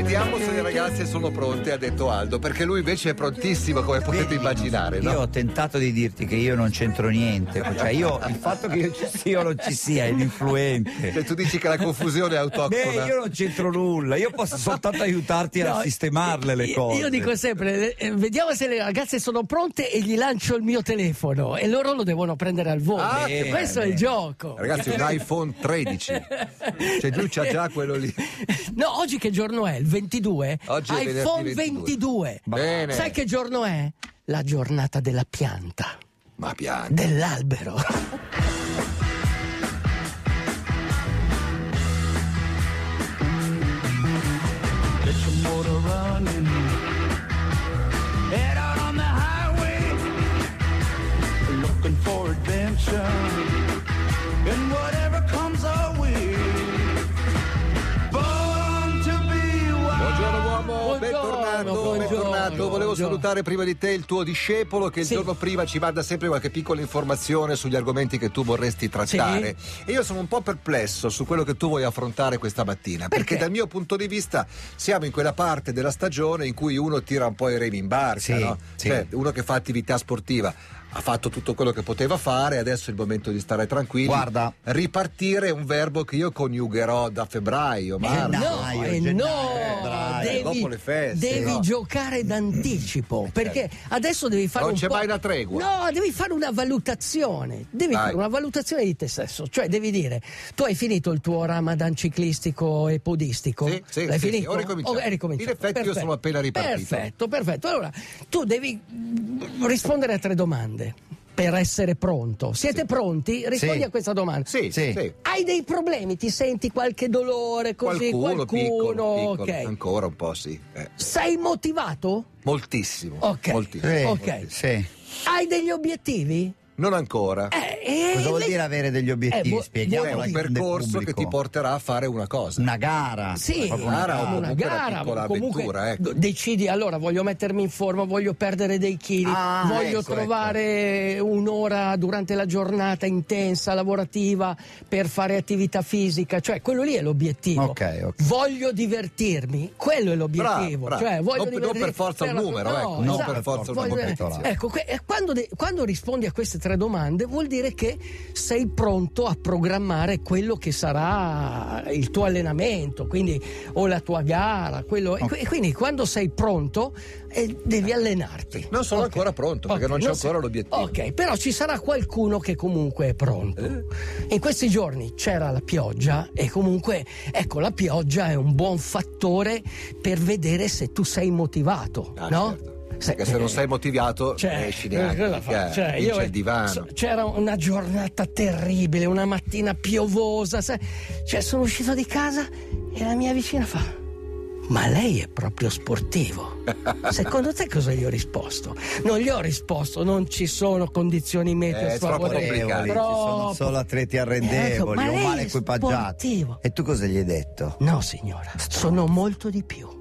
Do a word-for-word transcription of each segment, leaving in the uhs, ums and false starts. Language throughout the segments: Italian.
Vediamo se le ragazze sono pronte, ha detto Aldo, perché lui invece è prontissimo, come potete immaginare, no? Io ho tentato di dirti che io non c'entro niente, cioè io il fatto che io ci sia o non ci sia è l'influente. Cioè, tu dici che la confusione è autoctona. Beh, io non c'entro nulla, io posso soltanto aiutarti No, a sistemarle le io, cose. Io dico sempre, eh, vediamo se le ragazze sono pronte e gli lancio il mio telefono e loro lo devono prendere al volo. Ah, E che questo bene. è il gioco. Ragazzi, un iPhone tredici. Cioè giù c'ha già quello lì. No, oggi che giorno è? Il ventidue? Oggi è iPhone venerdì ventidue. Bene. Sai che giorno è? La giornata della pianta. Ma piano. Dell'albero. Get your motor running. Head out on the highway, looking for adventure. And whatever comes our way. Born to be wild. Buongiorno uomo, Buongiorno, bentornato, buongiorno, bentornato. Volevo buongiorno. salutare prima di te il tuo discepolo che il Sì. giorno prima ci manda sempre qualche piccola informazione sugli argomenti che tu vorresti trattare. E io sono un po' perplesso su quello che tu vuoi affrontare questa mattina, perché, Perché? dal mio punto di vista siamo in quella parte della stagione in cui uno tira un po' i remi in barca, Sì, no? sì. Cioè, uno che fa attività sportiva ha fatto tutto quello che poteva fare, adesso è il momento di stare tranquilli. Guarda. Ripartire è un verbo che io coniugherò da febbraio, Eh marzo. no, gennaio, eh gennaio, no, febbraio, devi, dopo le feste, devi no? giocare d'anticipo, perché adesso devi fare Non un c'è po'... mai una tregua. No, devi fare una valutazione, devi Vai. fare una valutazione di te stesso, cioè devi dire, tu hai finito il tuo ramadan ciclistico e podistico? Sì, sì, L'hai sì, finito? sì, ho ricominciato. Oh, hai ricominciato. In effetti io Perfetto. sono appena ripartito. Perfetto, perfetto. Allora, tu devi mm, rispondere a tre domande per essere pronto. Siete pronti? Rispondi Sì. a questa domanda. Sì, Sì. sì. Hai dei problemi? Ti senti qualche dolore così? Qualcuno, piccolo, piccolo, ok. ancora un po' sì. Eh. Sei motivato? Moltissimo. Ok. Moltissimo. Sì, Ok. sì. Hai degli obiettivi? Non ancora. Eh, eh, Cosa vuol le- dire avere degli obiettivi? Eh, vuol- Spieghiamo È vuol al un dire- grande percorso che pubblico. ti porterà a fare una cosa. Una gara. Sì, proprio una gara, gara. o una comunque una gara, piccola comunque avventura, ecco. d- decidi allora voglio mettermi in forma, voglio perdere dei chili, Ah, voglio ecco, trovare un'ora durante la giornata intensa, lavorativa per fare attività fisica, cioè quello lì è l'obiettivo. Ok, ok. Voglio divertirmi, quello è l'obiettivo. Bravo, bravo. Cioè, voglio Non- non divertirmi per forza un la- numero, no, ecco, non esatto. per forza una Voglio- competizione. Ecco, que- eh, quando, de- quando rispondi a queste tre domande vuol dire che sei pronto a programmare quello che sarà il tuo allenamento, quindi o la tua gara, quello, e qui- e quindi quando sei pronto eh, devi allenarti. Non sono Ok. ancora pronto, perché Ok, non c'è non ancora sei- l'obiettivo. Ok, però ci sarà qualcuno che comunque è pronto. Eh? In questi giorni c'era la pioggia e comunque, ecco, la pioggia è un buon fattore per vedere se tu sei motivato, Ah, no? certo. Perché se non sei motivato Cioè, esci eh, neanche, cosa fa? chiaro, Cioè, lì io- c'è il divano. so- c'era una giornata terribile, una mattina piovosa, sai? Cioè sono uscito di casa e la mia vicina fa: ma lei è proprio sportivo? Secondo te cosa gli ho risposto? Non gli ho risposto, non ci sono condizioni meteo Eh, è troppo sfavorevoli. complicato. Ci sono Troppo. solo atleti Ecco, arrendevoli ma o lei male è equipaggiati. sportivo. E tu cosa gli hai detto? No, signora, sono molto di più.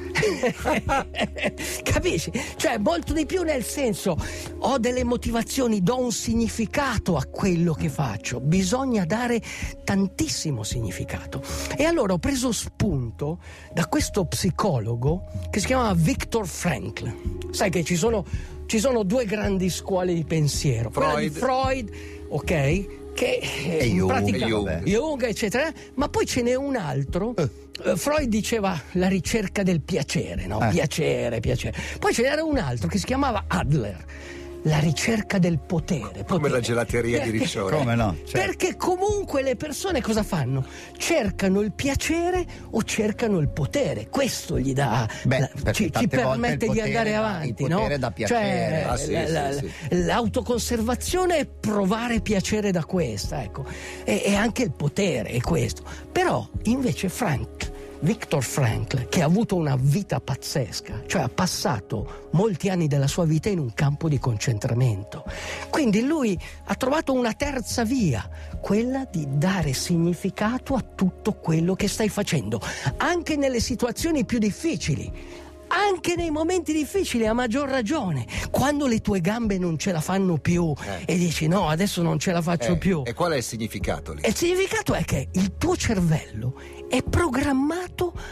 Capisci? Cioè, molto di più nel senso, ho delle motivazioni, do un significato a quello che faccio. Bisogna dare tantissimo significato. E allora ho preso spunto da questo psicologo che si chiama Viktor Frankl. Sai che ci sono, ci sono due grandi scuole di pensiero. Quella di Freud. Freud, ok? Che eh, in Jung, pratica e Jung. Jung, eccetera, ma poi ce n'è un altro. Eh, Freud diceva la ricerca del piacere, no? Eh. Piacere, piacere. Poi ce n'era un altro che si chiamava Adler, la ricerca del potere. Come potere. la gelateria di Perché- Riccione. Come no? Certo. Perché comunque le persone cosa fanno? Cercano il piacere o cercano il potere. Questo gli dà, Beh, la- perché ci, ci tante volte permette il di potere andare dà- avanti, il potere no? dà piacere. Cioè, Ah, sì, la- sì, la- sì. l'autoconservazione è provare piacere da questa, ecco. E, e anche il potere è questo. Però invece Frank Viktor Frankl, che ha avuto una vita pazzesca, cioè ha passato molti anni della sua vita in un campo di concentramento. Quindi lui ha trovato una terza via, quella di dare significato a tutto quello che stai facendo, anche nelle situazioni più difficili. Anche nei momenti difficili, a maggior ragione, quando le tue gambe non ce la fanno più Eh. e dici no, adesso non ce la faccio Eh, più. E qual è il significato lì? E il significato è che il tuo cervello è programmato per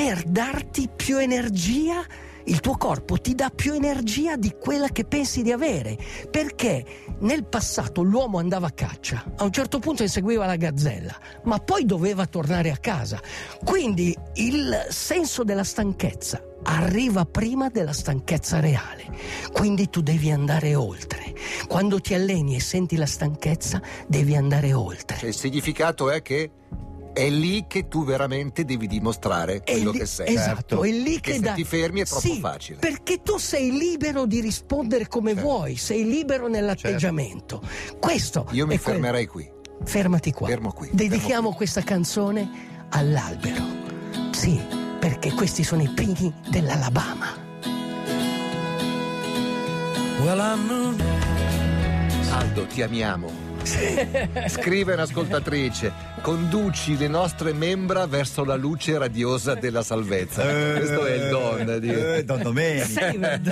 per darti più energia. Il tuo corpo ti dà più energia di quella che pensi di avere, perché nel passato l'uomo andava a caccia, a un certo punto inseguiva la gazzella, ma poi doveva tornare a casa. Quindi il senso della stanchezza arriva prima della stanchezza reale, quindi tu devi andare oltre. Quando ti alleni e senti la stanchezza, devi andare oltre. Cioè, il significato è che è lì che tu veramente devi dimostrare quello lì, che sei. Esatto, è lì che che se da... ti fermi è troppo sì, facile. Perché tu sei libero di rispondere come Certo. vuoi, sei libero nell'atteggiamento. Certo. Questo Io mi è quel- fermerei qui. Fermati qua. Fermo qui. Dedichiamo fermo qui. questa canzone all'albero. Sì, perché questi sono i pini dell'Alabama. Well, I moved. Aldo, ti amiamo. Scrive un'ascoltatrice: conduci le nostre membra verso la luce radiosa della salvezza. Eh, Questo è il don di eh, Don Domenico. Saved.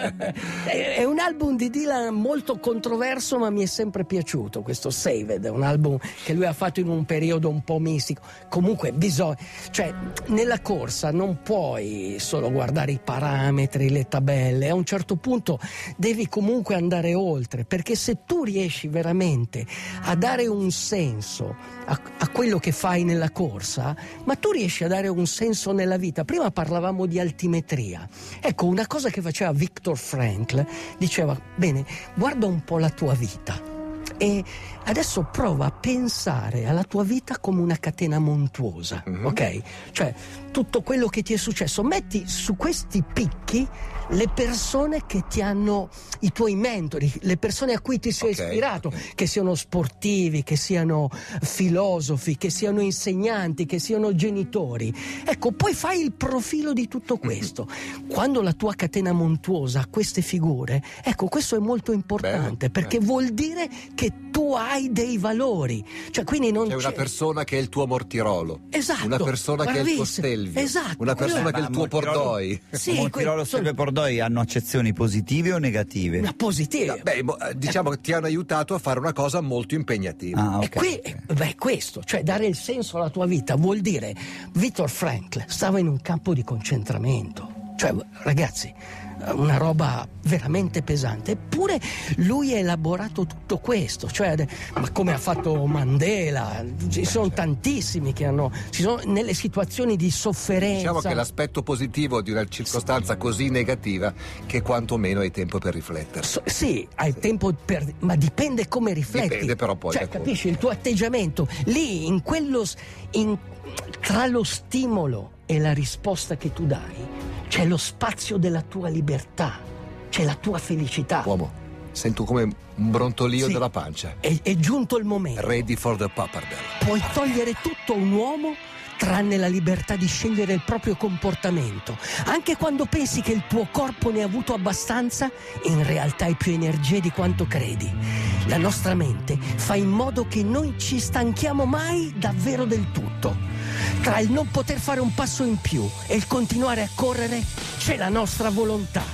È è un album di Dylan molto controverso, ma mi è sempre piaciuto questo Saved. È un album che lui ha fatto in un periodo un po' mistico. Comunque bisogna, cioè nella corsa non puoi solo guardare i parametri, le tabelle. A un certo punto devi comunque andare oltre, perché se tu riesci veramente a dare un senso a, a quello che fai nella corsa, ma tu riesci a dare un senso nella vita. Prima parlavamo di altimetria. Ecco, una cosa che faceva Viktor Frankl, diceva: bene, guarda un po' la tua vita e adesso prova a pensare alla tua vita come una catena montuosa, Mhm. ok? Cioè tutto quello che ti è successo, metti su questi picchi le persone che ti hanno, i tuoi mentori, le persone a cui ti sei Ok, ispirato, ok. che siano sportivi, che siano filosofi, che siano insegnanti, che siano genitori. Ecco, poi fai il profilo di tutto questo. Quando la tua catena montuosa ha queste figure, ecco, questo è molto importante, Bello, perché bello. vuol dire che tu hai dei valori. Cioè, quindi non C'è una c'è- persona che è il tuo mortirolo, Esatto, una persona che è il tuo bravissimo, stelvio, esatto, una quello persona è- che è il Ma tuo Mortirolo- pordoi. Sì, Montirolo que- Stelle Pordoi hanno accezioni positive o negative? una positiva. Beh, mo- eh, diciamo che ti hanno aiutato a fare una cosa molto impegnativa. Ah, E ok. qui, beh, questo, cioè dare il senso alla tua vita, vuol dire Viktor Frankl stava in un campo di concentramento. Cioè, ragazzi, una roba veramente pesante. Eppure lui ha elaborato tutto questo, cioè, ma come ha fatto Mandela, ci sono tantissimi che hanno, ci sono nelle situazioni di sofferenza. Diciamo che l'aspetto positivo di una circostanza così negativa che quantomeno hai tempo per riflettere. So- sì, hai tempo per, ma dipende come rifletti. Dipende però poi cioè, da come. capisci il tuo atteggiamento lì, in quello s- in- tra lo stimolo e la risposta che tu dai, c'è lo spazio della tua libertà, c'è la tua felicità. Uomo, sento come un brontolio Sì. della pancia. È, è giunto il momento. Ready for the pappardelle. Puoi togliere tutto a un uomo tranne la libertà di scegliere il proprio comportamento. Anche quando pensi che il tuo corpo ne ha avuto abbastanza, in realtà hai più energie di quanto credi. La nostra mente fa in modo che non ci stanchiamo mai davvero del tutto. Tra il non poter fare un passo in più e il continuare a correre c'è la nostra volontà.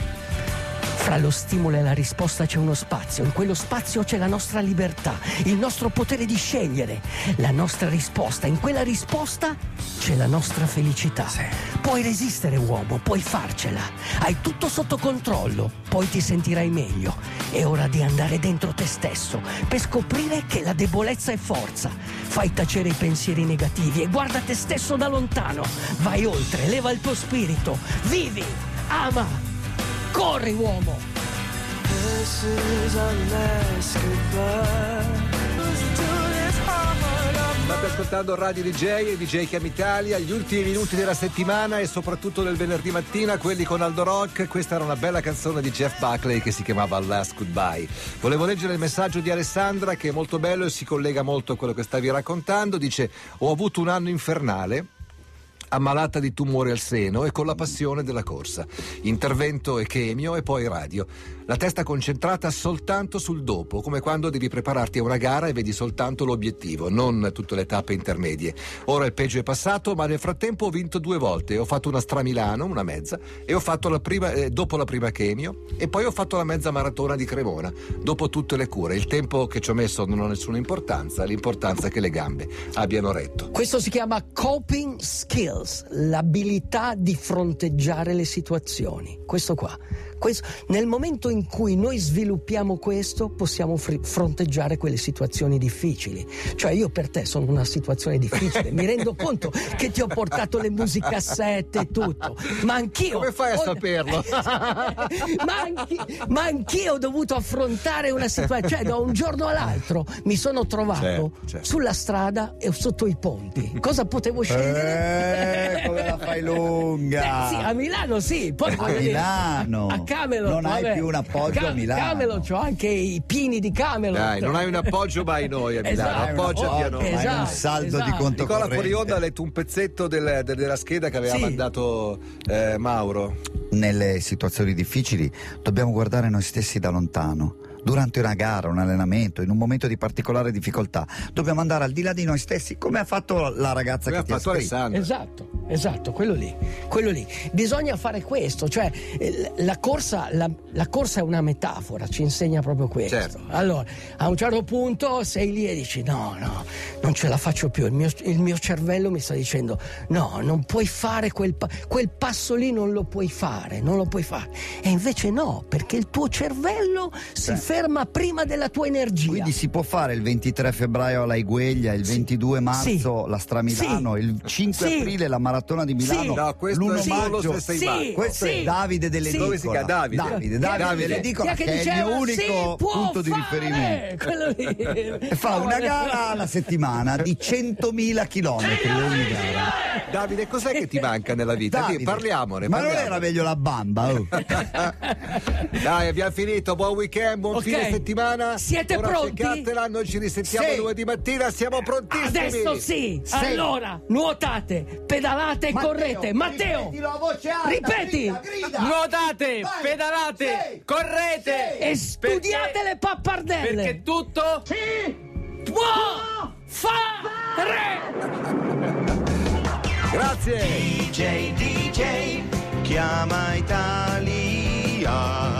Fra lo stimolo e la risposta c'è uno spazio, in quello spazio c'è la nostra libertà, il nostro potere di scegliere, la nostra risposta, in quella risposta c'è la nostra felicità. Puoi resistere, uomo, puoi farcela, hai tutto sotto controllo, poi ti sentirai meglio. È ora di andare dentro te stesso per scoprire che la debolezza è forza. Fai tacere i pensieri negativi e guarda te stesso da lontano. Vai oltre, leva il tuo spirito, vivi, ama. Corri, uomo! This is our last goodbye. Listen to this heart of State ascoltando Radio D J e D J Cam Italia, gli ultimi minuti della settimana e soprattutto del venerdì mattina, quelli con Aldo Rock. Questa era una bella canzone di Jeff Buckley che si chiamava Last Goodbye. Volevo leggere il messaggio di Alessandra, che è molto bello e si collega molto a quello che stavi raccontando. Dice: ho avuto un anno infernale, ammalata di tumore al seno e con la passione della corsa. Intervento e chemio e poi radio. La testa concentrata soltanto sul dopo, come quando devi prepararti a una gara e vedi soltanto l'obiettivo, non tutte le tappe intermedie. Ora il peggio è passato, ma nel frattempo ho vinto due volte. Ho fatto una Stramilano, una mezza, e ho fatto la prima, eh, dopo la prima chemio, e poi ho fatto la mezza maratona di Cremona, dopo tutte le cure. Il tempo che ci ho messo non ha nessuna importanza, l'importanza è che le gambe abbiano retto. Questo si chiama coping skills. skills, l'abilità di fronteggiare le situazioni. Questo qua. Questo, nel momento in cui noi sviluppiamo questo, possiamo fr- fronteggiare quelle situazioni difficili. Cioè, io per te sono una situazione difficile, mi rendo conto che ti ho portato le musicassette e tutto, ma anch'io. Come fai a ho, saperlo? ma, anch'io, ma anch'io ho dovuto affrontare una situazione, cioè da un giorno all'altro mi sono trovato certo, certo. sulla strada e sotto i ponti. Cosa potevo scegliere? Eh, come la fai lunga? Eh, sì, a Milano sì, poi a voglio dire, Milano. a, a Camelot, non vabbè. hai più un appoggio Ca- a Milano. Camelot, c'ho anche i pini di Camelot. Dai, non hai un appoggio mai noi a Milano, Esatto. appoggiati a noi. Hai un Esatto, saldo esatto. di conto Nicola corrente. fuori onda ha letto un pezzetto del- del- della scheda che aveva Sì. mandato eh, Mauro. Nelle situazioni difficili dobbiamo guardare noi stessi da lontano. Durante una gara, un allenamento, in un momento di particolare difficoltà, dobbiamo andare al di là di noi stessi, come ha fatto la ragazza Come che ha ti fatto ha scritto. Alessandro. Esatto, esatto, quello lì, quello lì. Bisogna fare questo, cioè eh, la corsa, la, la corsa è una metafora, ci insegna proprio questo. Certo. Allora, a un certo punto sei lì e dici no, no, non ce la faccio più, il mio, il mio cervello mi sta dicendo no, non puoi fare quel, pa- quel passo lì, non lo puoi fare, non lo puoi fare. E invece no, perché il tuo cervello si Beh. ferma prima della tua energia. Quindi si può fare il ventitré febbraio alla Igueglia, il ventidue marzo Sì. la Stramilano, Sì. il cinque Sì. aprile la maratona di Milano, Sì. No, questo l'primo è solo maggio. se sei Sì. matto. Questo Sì. è Davide dell'Edicola. Sì. Come si chiama? Davide? Davide, Chi è Davide che dice- dell'Edicola, chi è che che è il diceva, mio "Si unico può punto di fare", riferimento. quello lì. E fa una gara alla settimana di centomila chilometri ogni gara. Davide, cos'è che ti manca nella vita? Davide, Dì, Parliamone. Ma non parliamo. era meglio la bamba? Oh. Dai, abbiamo finito. Buon weekend, buon Ok. fine settimana. Siete Ora pronti? cercatela, noi ci risentiamo Sì. lunedì mattina. Siamo prontissimi. Adesso sì. Allora, nuotate, pedalate e correte. Matteo, ripetilo a voce alta, ripeti. grida, grida. Nuotate, Vai, pedalate, sì, correte e studiate perché- le pappardelle. Perché tutto può fare. Grazie. D J, D J, chiama Italia.